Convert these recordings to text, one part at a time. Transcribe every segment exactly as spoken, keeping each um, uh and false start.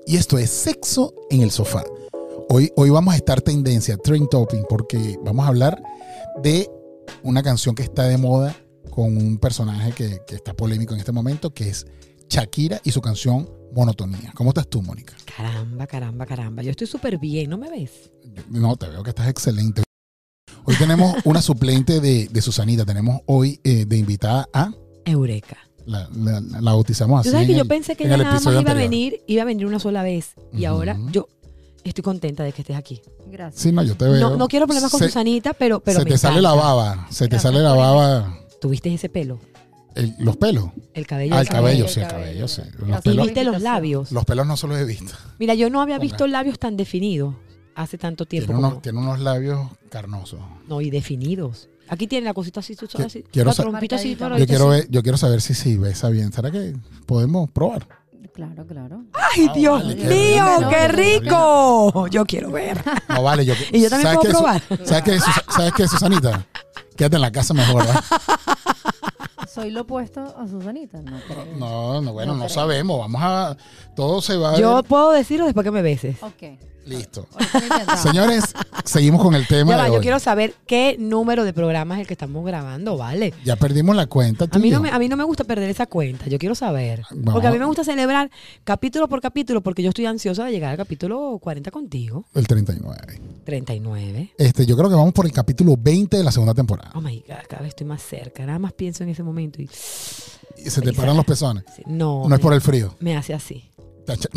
y esto es Sexo en el Sofá. Hoy, hoy vamos a estar tendencia, trend topping, porque vamos a hablar de una canción que está de moda con un personaje que, que está polémico en este momento, que es Shakira y su canción Monotonía. ¿Cómo estás tú, Mónica? Caramba, caramba, caramba. Yo estoy súper bien, ¿no me ves? No, te veo que estás excelente. Hoy tenemos una suplente de, de Susanita. Tenemos hoy eh, de invitada a... Eureka. La, la, la bautizamos así. Tú sabes que yo el, pensé que ella nada más iba anterior. a venir, iba a venir una sola vez. Y Uh-huh. ahora yo estoy contenta de que estés aquí. Gracias. Sí, no, yo te veo. No, no quiero problemas con se, Susanita, pero, pero se me te encanta. sale la baba. Se te Gracias sale la por baba. ¿Tuviste ese pelo? El, los pelos. El cabello. Ah, el el cabello, el sí, el cabello. cabello, sí. Los Gracias. ¿Y pelos, viste los labios? los pelos no se los he visto. Mira, yo no había Ponga. visto labios tan definidos hace tanto tiempo. Tiene como- unos, tiene unos labios carnosos. No, y definidos. Aquí tiene la cosita así, tú sabes, Qui- así, quiero la sa- trompita así. Marcadita. por Yo ahorita quiero, así. ver, yo quiero saber si sí besa bien. ¿Será que podemos probar? Claro, claro. ¡Ay, Ah, Dios vale, qué mío! rico. ¡Qué rico! Yo quiero ver. No, vale. Yo, Y yo también ¿sabes puedo qué, Su- probar. ¿Sabes qué, Sus- ¿Sabes qué, Susanita? Quédate en la casa mejor, ¿verdad? Soy lo opuesto a Susanita. No creo. No, no, bueno, No no creo. sabemos. Vamos a... Todo se va a Yo ver. puedo decirlo después que me beses. Ok. Listo. Ahorita lo intentamos. Señores, seguimos con el tema Ya de va, hoy. yo quiero saber qué número de programa es el que estamos grabando, ¿vale? Ya perdimos la cuenta. tú A mí, y no yo. me, a mí no me gusta perder esa cuenta, yo quiero saber. Vamos. Porque a mí me gusta celebrar capítulo por capítulo, porque yo estoy ansiosa de llegar al capítulo cuarenta contigo. El treinta y nueve. treinta y nueve. Este, yo creo que vamos por el capítulo veinte de la segunda temporada. Oh my God, cada vez estoy más cerca. Nada más pienso en ese momento y... Y se te Ahí paran se- los pezones. sí, no, No me, es por el frío. me hace así. Tacha.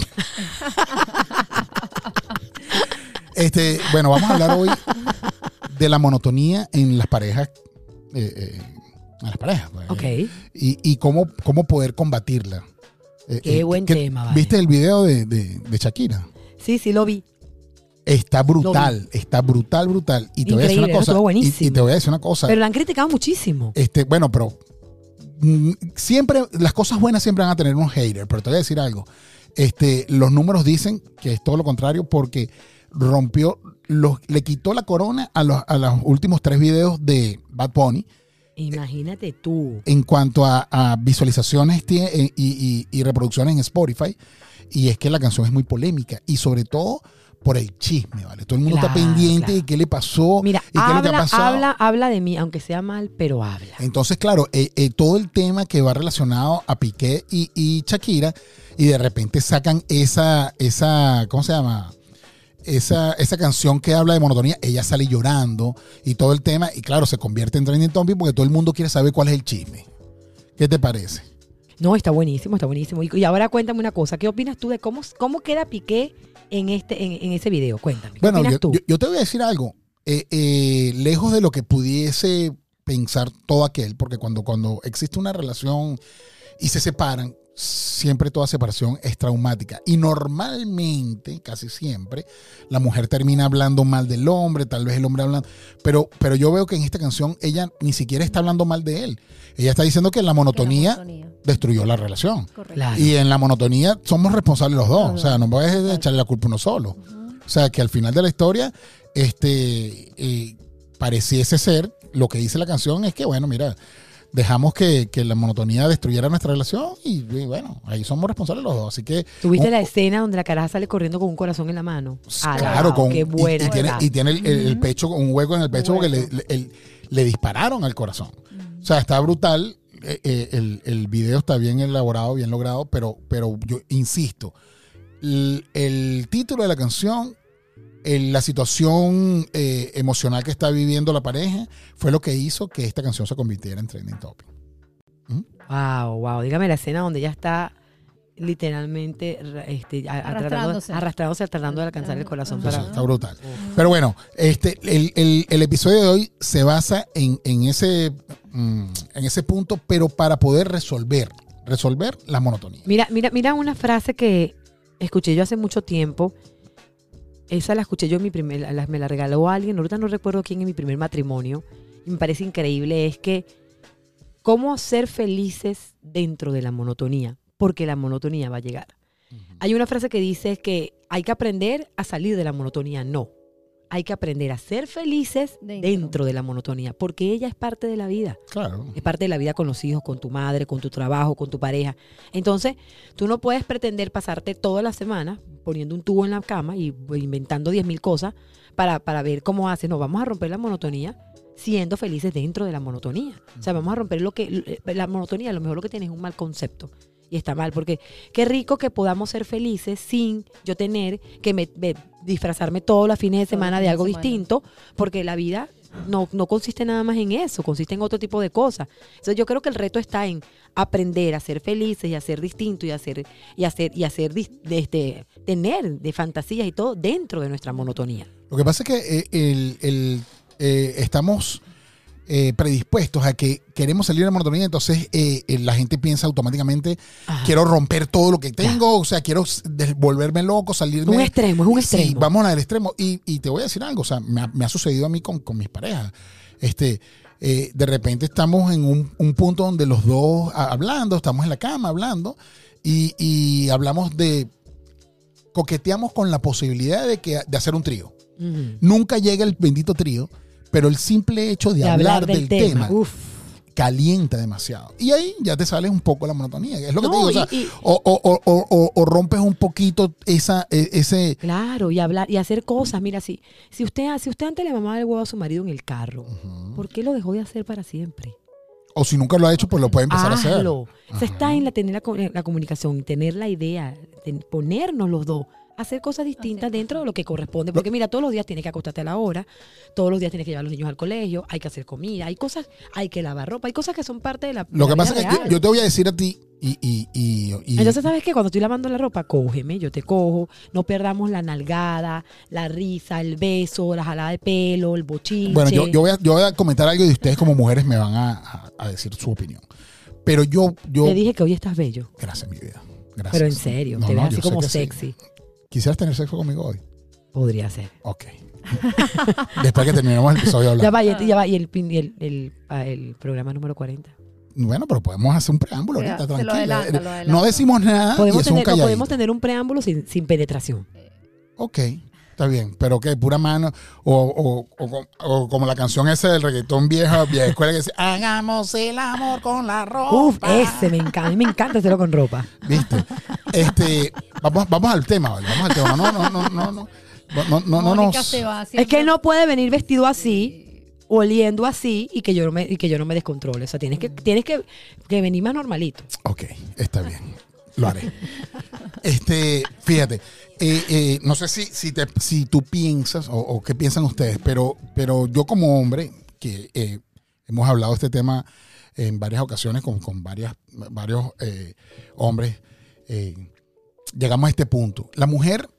Este, bueno, vamos a hablar hoy de la monotonía en las parejas. eh, eh, en las parejas. pues. Ok. Y, y cómo, cómo poder combatirla. Eh, Qué eh, buen ¿qué- tema, vale. ¿Viste el video de, de, de Shakira? Sí, sí, lo vi. Está brutal, está brutal, brutal. Y te voy a decir una Increíble, eso cosa. estuvo Y, buenísimo. y te voy a decir una cosa. Pero la han criticado muchísimo. Este, bueno, pero mm, siempre, las cosas buenas siempre van a tener un hater, pero te voy a decir algo. Este, los números dicen que es todo lo contrario porque rompió, los, le quitó la corona a los, a los últimos tres videos de Bad Bunny Imagínate tú. en cuanto a, a visualizaciones tie- y, y- y reproducciones en Spotify. Y es que la canción es muy polémica y sobre todo por el chisme, ¿vale? Todo el mundo está Claro, pendiente claro. de qué le pasó Mira, y qué es lo que ha habla, pasado. habla, habla de mí, aunque sea mal, pero habla. Entonces, claro, eh, eh, todo el tema que va relacionado a Piqué y, y Shakira, y de repente sacan esa, esa, ¿cómo se llama? Esa, esa canción que habla de monotonía, ella sale llorando y todo el tema, y claro, se convierte en trending topic porque todo el mundo quiere saber cuál es el chisme. ¿Qué te parece? No, está buenísimo, está buenísimo. Y, y ahora cuéntame una cosa. ¿Qué opinas tú de cómo, cómo queda Piqué en este en, en ese video? Cuéntame. ¿Qué Bueno, opinas yo, tú? yo- yo te voy a decir algo. Eh, eh, lejos de lo que pudiese pensar todo aquel, porque cuando, cuando existe una relación y se separan, siempre toda separación es traumática. Y normalmente, casi siempre, la mujer termina hablando mal del hombre, tal vez el hombre hablando. Pero, pero yo veo que en esta canción ella ni siquiera está hablando mal de él. Ella está diciendo que la monotonía, monotonía. destruyó la relación. Correcto. Claro. Y en la monotonía somos responsables los dos. Los O sea, dos. no puedes Exacto. echarle la culpa a uno solo. O sea, que al final de la historia, este, eh, pareciese ser, lo que dice la canción es que, bueno, mira, dejamos que, que la monotonía destruyera nuestra relación y, y, bueno, ahí somos responsables los dos. Así que... ¿Tuviste un- la escena donde la caraja sale corriendo con un corazón en la mano? Claro, Alao, con, qué y- buena y, tiene, está. y tiene el, el- el pecho, un hueco en el pecho Un porque le, hueco. le- el- le dispararon al corazón. O sea, está brutal. eh, eh, el, el video está bien elaborado, bien logrado, pero, pero yo insisto, el, el título de la canción, el- la situación eh, emocional que está viviendo la pareja, fue lo que hizo que esta canción se convirtiera en trending topic. Wow, wow. Dígame la escena donde ella está literalmente este, a- a- tratando, Arrastrándose. arrastrándose, tratando de alcanzar el corazón. Ajá. Para... Entonces, está brutal. Pero bueno, este, el, el- el episodio de hoy se basa en, en ese, mm, en ese punto, pero para poder resolver, resolver la monotonía. Mira, mira, mira una frase que escuché yo hace mucho tiempo. Esa la escuché yo en mi primer, la- me la regaló alguien, ahorita no recuerdo quién en mi primer matrimonio. Y me parece increíble, es que cómo ser felices dentro de la monotonía, porque la monotonía va a llegar. Hay una frase que dice que hay que aprender a salir de la monotonía. No, hay que aprender a ser felices dentro. Dentro. de la monotonía, porque ella es parte de la vida. Claro. Es parte de la vida con los hijos, con tu madre, con tu trabajo, con tu pareja. Entonces, tú no puedes pretender pasarte toda la semana poniendo un tubo en la cama y inventando diez mil cosas para, para ver cómo haces. No, vamos a romper la monotonía siendo felices dentro de la monotonía. O sea, vamos a romper lo que la monotonía, a lo mejor lo que tiene es un mal concepto. Y está mal, porque qué rico que podamos ser felices sin yo tener que me, me- disfrazarme todos los fines de Todos los semana de fines de algo semana. distinto, porque la vida no, no consiste nada más en eso, consiste en otro tipo de cosas. Entonces yo creo que el reto está en aprender a ser felices y a ser distintos y a ser, y a ser, y a ser dis- de este, tener de fantasías y todo dentro de nuestra monotonía. Lo que pasa es que eh, el, el, eh, estamos eh, predispuestos a que queremos salir de la monotonía, entonces eh, eh, la gente piensa automáticamente, Ajá. quiero romper todo lo que tengo, o sea, quiero s- des- volverme loco, salirme. Un extremo, es un Sí, extremo. vamos al extremo. Y, y te voy a decir algo, o sea, me ha, me ha sucedido a mí con, con mis parejas. Este, eh, de repente estamos en un, un punto donde los dos a- hablando, estamos en la cama hablando, y, y hablamos de, coqueteamos con la posibilidad de, que, de hacer un trío. Ujú. Nunca llega el bendito trío, pero el simple hecho de, De hablar, del, tema, Uf. calienta demasiado. Y ahí ya te sales un poco la monotonía. Es lo que No, te digo. O, sea, y- y- o, o- o- o- o- o rompes un poquito esa, e- ese. Claro, y hablar y hacer cosas. Mira, si, si usted si usted antes le mamaba el huevo a su marido en el carro, ¿por qué lo dejó de hacer para siempre? O si nunca lo ha hecho, pues lo puede empezar a hacer. Hazlo. O sea, está en la tener la, co- la comunicación, tener la idea, ten- ponernos los dos, hacer cosas distintas Hacer dentro de lo que corresponde. Porque mira, todos los días tienes que acostarte a la hora, todos los días tienes que llevar a los niños al colegio, hay que hacer comida, hay cosas, hay que lavar ropa, hay cosas que son parte de la Lo de que la pasa vida es que yo, real. yo te voy a decir a ti, y, y, y, y- Entonces, ¿sabes qué? Cuando estoy lavando la ropa, cógeme, yo te cojo, no perdamos la nalgada, la risa, el beso, la jalada de pelo, el bochinche. bueno, yo, yo, voy a, yo voy a comentar algo y ustedes como mujeres me van a, a- a decir su opinión. Pero yo, yo. Te dije que hoy estás bello, Gracias, mi vida. Gracias. pero en serio, No, te no, ves yo así sé como que sí. sexy. ¿Quisieras tener sexo conmigo hoy? Podría ser. Ok. Después que terminemos el episodio Ya hablando. va, y, ya va, y el, pin- y el, el, ah, el programa número cuarenta. Bueno, pero podemos hacer un preámbulo Ya, ahorita, se lo tranquila. adelanta, lo adelanta. No decimos nada y Podemos es un tener, no calladito. podemos tener un preámbulo sin, sin penetración. Ok, está bien. Pero que pura mano. O, o, o, com- o como la canción esa del reggaetón vieja, vieja escuela que dice, hagamos el amor con la ropa. Uf, ese me encanta. A mí me encanta hacerlo con ropa. ¿Viste? Este, vamos, vamos al tema, ¿vale? Vamos al tema. No, no, no, no, no. No, no, no, no Mónica nos- se va Es siempre- que no puede venir vestido así, oliendo así y que yo no me, y que yo no me descontrole. O sea, tienes que, tienes que, que venir más normalito. Ok, está bien. Lo haré. Este, fíjate, eh, eh, no sé si, si, te- si tú piensas o, o qué piensan ustedes, pero, pero yo como hombre, que eh, hemos hablado de este tema en varias ocasiones con, con varias, varios eh, hombres, eh, llegamos a este punto. La mujer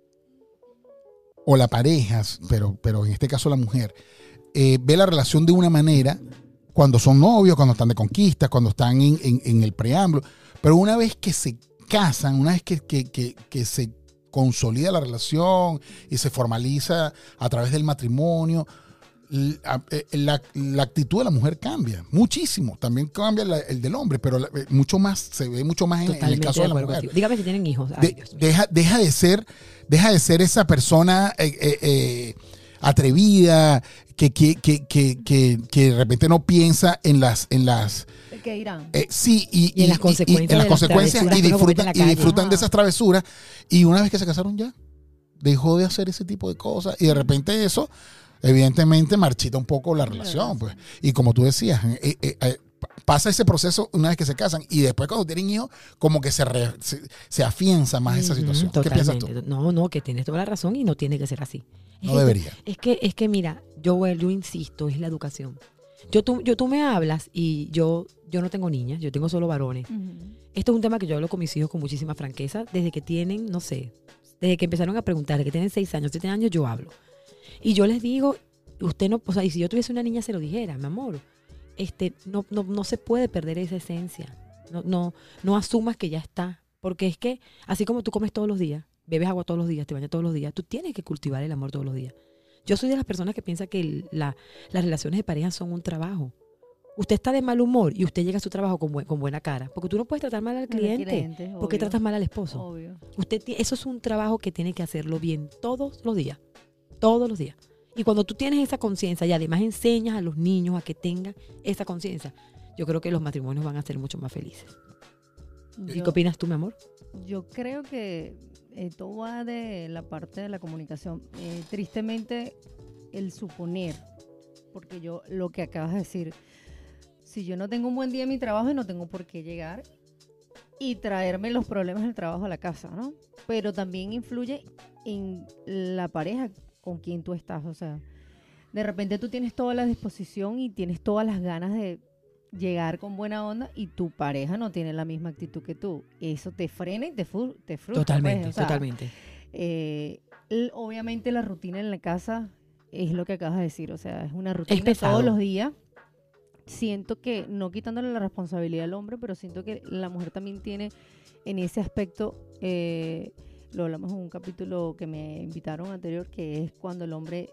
o la pareja, pero, pero en este caso la mujer, eh, ve la relación de una manera cuando son novios, cuando están de conquista, cuando están en, en- en el preámbulo. Pero una vez que se casan, una vez que, que- que- que se consolida la relación y se formaliza a través del matrimonio, la, eh, la- la actitud de la mujer cambia muchísimo. También cambia la- el del hombre, pero la- eh, mucho más, se ve mucho más en, en el Totalmente caso de de la acuerdo mujer. contigo. Dígame si tienen hijos. Ay, De- Dios mío. deja, deja de ser, deja de ser esa persona eh, eh, eh, atrevida que, que, que, que, que, que de repente no piensa en las, en las ¿Qué dirán? eh, sí, y, Y en las consecuencias en de las las consecuencias travesuras y que uno comete disfrutan, en la y calle. disfrutan de Ajá. esas travesuras. Y una vez que se casaron ya, dejó de hacer ese tipo de cosas. Y de repente eso, evidentemente, marchita un poco la relación. Pues. Y como tú decías, eh, eh, eh, pasa ese proceso una vez que se casan. Y después cuando tienen hijos, como que se, re- se, se afianza más esa Ujú, situación. ¿Qué piensas tú? totalmente. No, no, que tienes toda la razón y no tiene que ser así. Es No que- debería. Es que, es que mira, yo, yo insisto, es la educación. Yo tú, yo tú me hablas y yo, yo no tengo niñas, yo tengo solo varones. Ujú. Esto es un tema que yo hablo con mis hijos con muchísima franqueza. Desde que tienen, no sé, desde que empezaron a preguntar, desde que tienen seis años, siete años, yo hablo. Y yo les digo, usted no, o sea, y si yo tuviese una niña se lo dijera, mi amor, este, no, no, no se puede perder esa esencia. No, no, no asumas que ya está. Porque es que, así como tú comes todos los días, bebes agua todos los días, te bañas todos los días, tú tienes que cultivar el amor todos los días. Yo soy de las personas que piensa que el- la- las relaciones de pareja son un trabajo. Usted está de mal humor y usted llega a su trabajo con, buen- con buena cara. Porque tú no puedes tratar mal al Al cliente. cliente, ¿Por qué obvio, tratas mal al esposo? Obvio. Usted, ti- eso es un trabajo que tiene que hacerlo bien todos los días. todos los días. Y cuando tú tienes esa conciencia y además enseñas a los niños a que tengan esa conciencia, yo creo que los matrimonios van a ser mucho más felices. ¿Y Yo- qué opinas tú, mi amor? Yo creo que eh, todo va de la parte de la comunicación. Eh, tristemente, el suponer, porque yo lo que acabas de decir, si yo no tengo un buen día en mi trabajo, no tengo por qué llegar y traerme los problemas del trabajo a la casa, ¿no? Pero también influye en la pareja con quien tú estás. O sea, de repente tú tienes toda la disposición y tienes todas las ganas de llegar con buena onda y tu pareja no tiene la misma actitud que tú. Eso te frena y te, fu- te frustra. Totalmente, pues, o sea, totalmente. eh, l- obviamente la rutina en la casa es lo que acabas de decir. O sea, es una rutina pesado. todos los días. Siento que, no quitándole la responsabilidad al hombre, pero siento que la mujer también tiene en ese aspecto, eh, lo hablamos en un capítulo que me invitaron anterior, que es cuando el hombre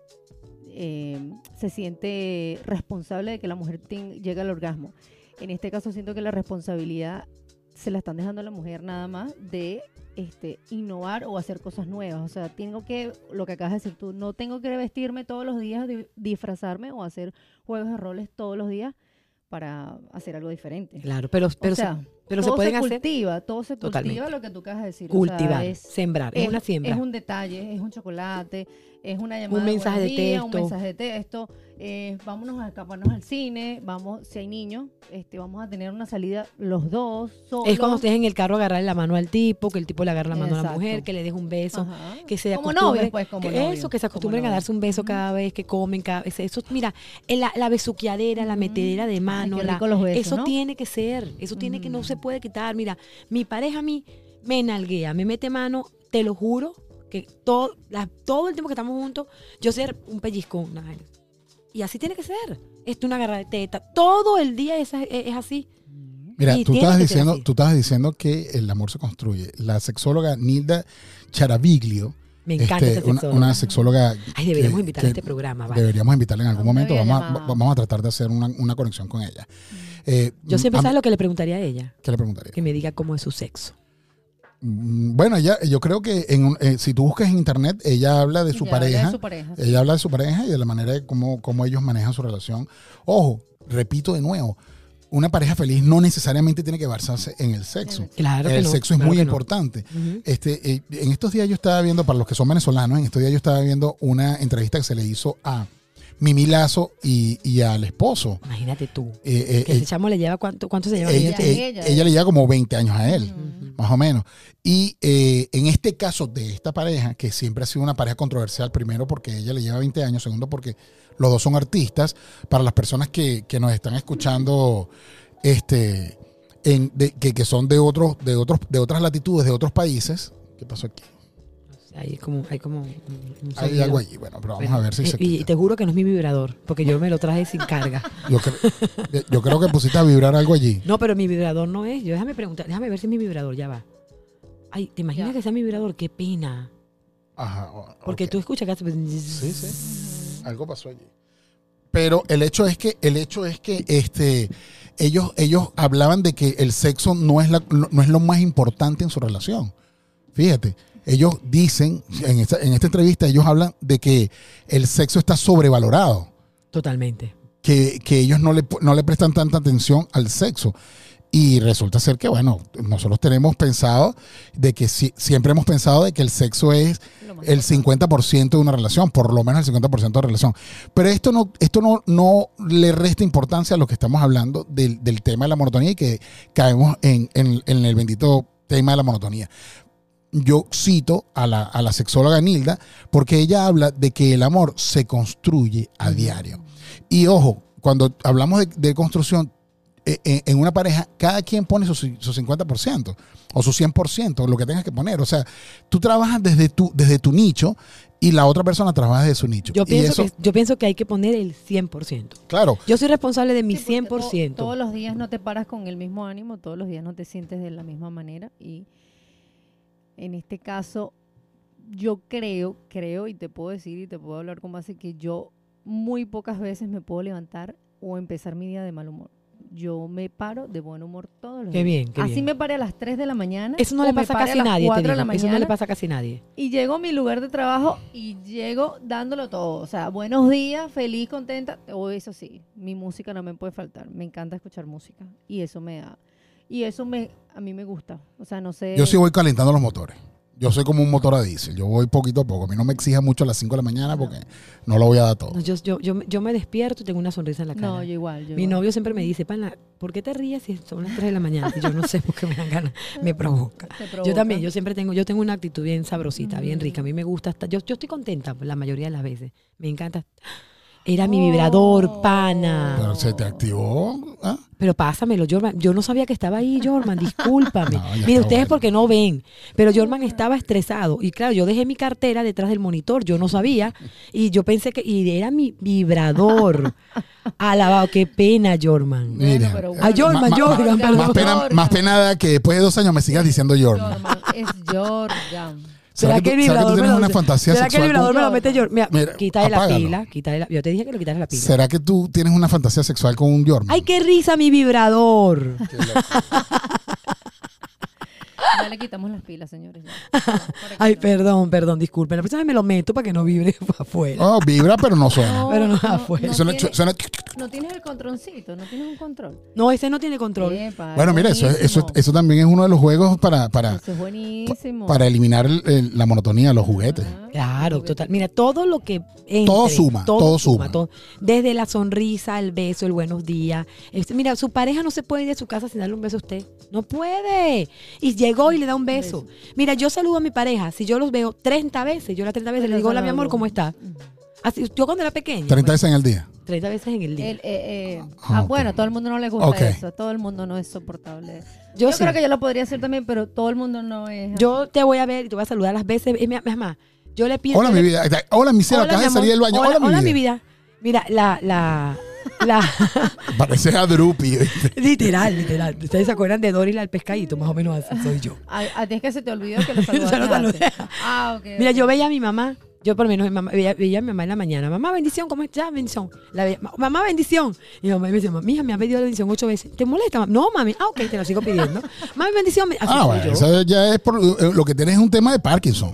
eh, se siente responsable de que la mujer ten- llegue al orgasmo. En este caso siento que la responsabilidad se la están dejando a la mujer nada más de este, innovar o hacer cosas nuevas. O sea, tengo que, lo que acabas de decir tú, no tengo que vestirme todos los días, di- disfrazarme o hacer juegos de roles todos los días para hacer algo diferente. Claro, pero, pero, o sea, se, pero se todo pueden se hacer cultiva, todo se cultiva, Totalmente. lo que tú acabas de decir. cultivar, O sea, es, sembrar, es, una siembra. es un detalle, es un chocolate, es una llamada Un de mensaje buenos de días, un texto. mensaje de texto, eh, vámonos a escaparnos al cine, vamos, si hay niños, este, vamos a tener una salida los dos, solos. Es cuando estés en el carro agarrar la mano al tipo, que el tipo le agarre la mano a la Exacto. mujer, que le des un beso, Ajá. que se como acostumbren, novios, pues, como que novios, eso, que se como acostumbren a novios. darse un beso Ujú. cada vez que comen, cada vez, eso, mira, en la, la besuqueadera, la Ujú. metedera de Ay, mano, qué la- rico los besos, eso ¿no? tiene que ser, eso tiene que no Ujú. se puede quitar. Mira, mi pareja a mí me nalguea, me mete mano, te lo juro, que todo, la- todo el tiempo que estamos juntos, yo sé un pellizco, una vaina. Y así tiene que ser. Esto una agarrada de teta, todo el día es, es, es así. Mira, Y tú tiene estabas, que ser diciendo, así. tú estabas diciendo que el amor se construye. La sexóloga Nilda Charaviglio, Me encanta este, esa una, sexóloga. una sexóloga Ay, deberíamos que- invitarla a que este programa, vale. deberíamos invitarla en algún A una momento. Vamos a, videollamada. va- vamos a tratar de hacer una, una conexión con ella. Eh, Yo siempre, a mí- ¿sabes lo que le preguntaría a ella? ¿Qué le preguntaría? Que me diga cómo es su sexo. Mm, Bueno, ella, yo creo que en, un- eh, si tú buscas en internet, ella habla de su Ya, habla pareja. de su pareja, sí. Ella habla de su pareja y de la manera de cómo, cómo ellos manejan su relación. Ojo, repito de nuevo, una pareja feliz no necesariamente tiene que basarse en el sexo. Claro que El no, sexo es claro muy que no. importante. Ujú. Este, eh, en estos días yo estaba viendo, para los que son venezolanos, en estos días yo estaba viendo una entrevista que se le hizo a Mimi Lazo y, y al esposo. Imagínate tú. Eh, eh, Que eh, ese chamo le lleva, ¿cuánto, cuánto se lleva? ella, ella, eh, ella, ella le lleva como veinte años a él, Ujú. más o menos. Y eh, en este caso de esta pareja, que siempre ha sido una pareja controversial, primero porque ella le lleva veinte años, segundo porque los dos son artistas. Para las personas que, que nos están escuchando, este, en, de- que, que son de otros, de otros, de otras latitudes, de otros países. ¿Qué pasó aquí? Hay como, hay como un, un Hay sonido. algo allí. Bueno, pero vamos Bueno, a ver si eh, se y, y quita. te juro que no es mi vibrador, porque yo me lo traje sin carga. Yo, cre- yo creo que pusiste a vibrar algo allí. No, pero mi vibrador no es. Yo déjame preguntar, déjame ver si es mi vibrador, ya va. Ay, ¿te imaginas Ya. que sea mi vibrador? Qué pena. Ajá. o- Porque ok. tú escuchas que hace... Sí, sí. Algo pasó allí. Pero el hecho es que, el hecho es que este, ellos, ellos hablaban de que el sexo no es, la, no, no es lo más importante en su relación. Fíjate, ellos dicen, en esta, en esta entrevista, ellos hablan de que el sexo está sobrevalorado, Totalmente. que, que ellos no le, no le prestan tanta atención al sexo. Y resulta ser que, bueno, nosotros tenemos pensado de que si- siempre hemos pensado de que el sexo es Lo más el importante. cincuenta por ciento de una relación, por lo menos el cincuenta por ciento de la relación. Pero esto no, esto no, no le resta importancia a lo que estamos hablando del, del tema de la monotonía y que caemos en, en- en el bendito tema de la monotonía. Yo cito a la, a la sexóloga Nilda porque ella habla de que el amor se construye a diario. Y ojo, cuando hablamos de, de construcción, eh, eh, en una pareja, cada quien pone su, su cincuenta por ciento o su cien por ciento, lo que tengas que poner. O sea, tú trabajas desde tu, desde tu nicho y la otra persona trabaja desde su nicho. Yo y pienso, eso, que, yo pienso que hay que poner el cien por ciento. claro, Yo soy responsable de mi Sí, porque cien por ciento. to- todos los días no te paras con el mismo ánimo, todos los días no te sientes de la misma manera y en este caso yo creo, creo y te puedo decir y te puedo hablar con base que yo muy pocas veces me puedo levantar o empezar mi día de mal humor. yo me paro de buen humor todos los Qué días. bien, qué Así bien. me paré a las tres de la mañana. Eso no o le me pasa a pare casi las nadie, te cuatro de digo. la Eso no le mañana pasa a casi nadie. Y llego a mi lugar de trabajo y llego dándolo todo. O sea, buenos días, feliz, contenta. O eso sí, mi música no me puede faltar. Me encanta escuchar música. Y eso me da. Y eso me a mí me gusta. O sea, no sé. Yo sí voy calentando los motores. Yo soy como un motor a diésel. Yo voy poquito a poco. A mí no me exija mucho a las cinco de la mañana porque no lo voy a dar todo. No, yo, yo, yo, yo me despierto y tengo una sonrisa en la cara. No, yo igual. Yo Mi igual. novio siempre me dice, pana, ¿por qué te ríes si son las tres de la mañana? Y yo no sé por qué me dan ganas, me provoca. Te Yo provoca. también, yo siempre tengo, yo tengo una actitud bien sabrosita, bien Mm. rica. A mí me gusta estar, yo, yo estoy contenta la mayoría de las veces. Me encanta. Era mi vibrador, pana. Pero se te activó. ¿Ah? Pero pásamelo, Jorman. Yo no sabía que estaba ahí, Jorman. Discúlpame. No, ya Mire, está ustedes bueno. porque no ven. Pero Jorman estaba estresado. Y claro, yo dejé mi cartera detrás del monitor. Yo no sabía. Y yo pensé que y era mi vibrador. Alabado. Qué pena, Jorman. Bueno, Mira, pero Ah, Jorman, ma- ma- Jordan, ma- perdón. más pena, Jordan. más pena da que después de dos años me sigas diciendo Jordan. Jordan, es Jordan. ¿Será, que, tú, el será que tú vibrador me tienes lo- una fantasía ¿Será que el sexual? vibrador con- me lo mete Jorman? Mira, Mira, quítale la apágalo. pila. Quítale la, yo te dije que le quitaras la pila. ¿Será que tú tienes una fantasía sexual con un Jordan? ¡Ay, qué risa mi vibrador! Ya le quitamos las pilas, señores. ya. Para que Ay, no- perdón, perdón, disculpen. La próxima vez me lo meto para que no vibre para afuera. Oh, vibra, pero no suena. Pero no afuera. Suena- tiene- suena- no tienes el controncito, no tienes un control. No, ese no tiene control. Epa, Bueno, mira, eso, eso, buenísimo. eso también es uno de los juegos para, para, Eso es buenísimo. para eliminar el- el- la monotonía de los juguetes. Ah, Claro, juguete. total. Mira, todo lo que entre, Todo suma, todo suma. todo. Desde la sonrisa, el beso, el buenos días. Este, mira, su pareja no se puede ir de su casa sin darle un beso a usted. No puede. Y llegó y le da un beso. Mira, yo saludo a mi pareja. Si yo los veo treinta veces, yo las treinta veces Pero le digo, hola, mi saludo. amor, ¿cómo estás? Así, yo cuando era pequeña. treinta pues, veces en el día. treinta veces en el día. El, eh, eh, Ah, ah, ok. bueno, a todo el mundo no le gusta Ok. eso. Todo el mundo no es soportable. Yo Yo, sí. creo que yo lo podría hacer también, pero todo el mundo no es. así. Yo te voy a ver y te voy a saludar las veces. Es mi- es más, yo le pido. Hola, yo mi le- vida. Hola, mi cielo. Hola, Acabas mi de salir amor. del baño. Hola, Hola, mi mi vida. vida. Mira, la, la, la, Pareces a Drupi. ¿viste? literal, literal. Ustedes se acuerdan de Dory la del pescadito, más o menos así soy yo. A, a ti es que se te olvidó que lo Se lo saludaste saludé. antes. Ah, ok. Mira, ok. yo veía a mi mamá, yo por lo menos mi mamá, veía, veía a mi mamá en la mañana. Mamá, bendición, ¿cómo estás? Bendición. La veía, "Ma- mamá, bendición. Y mi mamá me dice, mija, me ha pedido la bendición ocho veces. ¿Te molesta? mam-?" No, mami. Ah, ok, te lo sigo pidiendo. Mami, bendición. Así Ah, soy bueno, yo. eso ya es por eh, lo que tienes es un tema de Parkinson.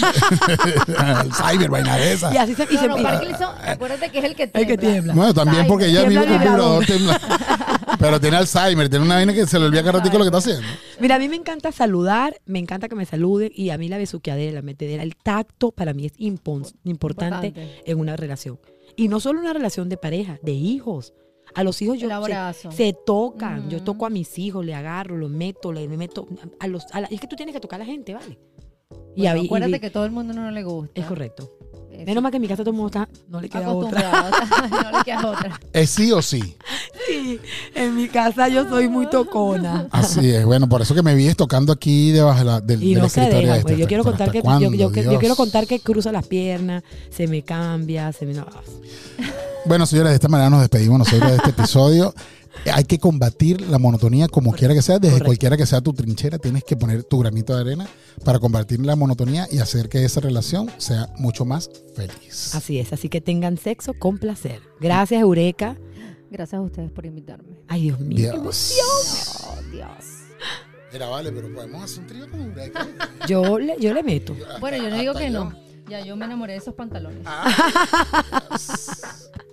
Alzheimer, vaina de esa. Y así se, y No, se no, y- Parkinson, acuérdate que es el que el tiembla. que tiembla. Bueno, también porque ella Tiembla vive el con un vibrador, vibrador. tiembla. Pero tiene Alzheimer, tiene una vaina que se le olvida cada ratico lo que está haciendo. Mira, a mí me encanta saludar, me encanta que me saluden y a mí la besuqueadera, la metedera, el tacto para mí es impon- importante, Importante. en una relación. Y no solo una relación de pareja, de hijos. A los hijos yo El se, abrazo. se tocan, yo Ujú. toco a mis hijos, le agarro, los meto, le meto a los a la- es que tú tienes que tocar a la gente, ¿vale? Y Bueno, a- y- acuérdate y- que todo el mundo no le gusta. es correcto. Eso. Menos mal que en mi casa todo el mundo está, no le queda otra. Acostumbrado. No le queda otra. Es sí o sí. Sí, en mi casa yo soy muy tocona. Así es. Bueno, por eso que me vi tocando aquí debajo de la, del, Y de la no se escritoria deja, esta. pues. Yo quiero ¿Hasta contar que yo, cuándo, yo- yo Dios? quiero contar que cruza las piernas, se me cambia, se me no. Bueno, señores, de esta manera nos despedimos nosotros de este episodio. Hay que combatir la monotonía como quiera que sea, desde Correcto. cualquiera que sea tu trinchera, tienes que poner tu granito de arena para combatir la monotonía y hacer que esa relación sea mucho más feliz. Así es, así que tengan sexo con placer. Gracias, Eureka. Gracias a ustedes por invitarme. Ay, Dios mío. Dios. Oh, Dios. Mira, vale, pero podemos hacer un trío con Eureka. Yo le, yo le meto. Bueno, yo no digo Hasta que yo. no. Ya yo me enamoré de esos pantalones. Ah, Dios.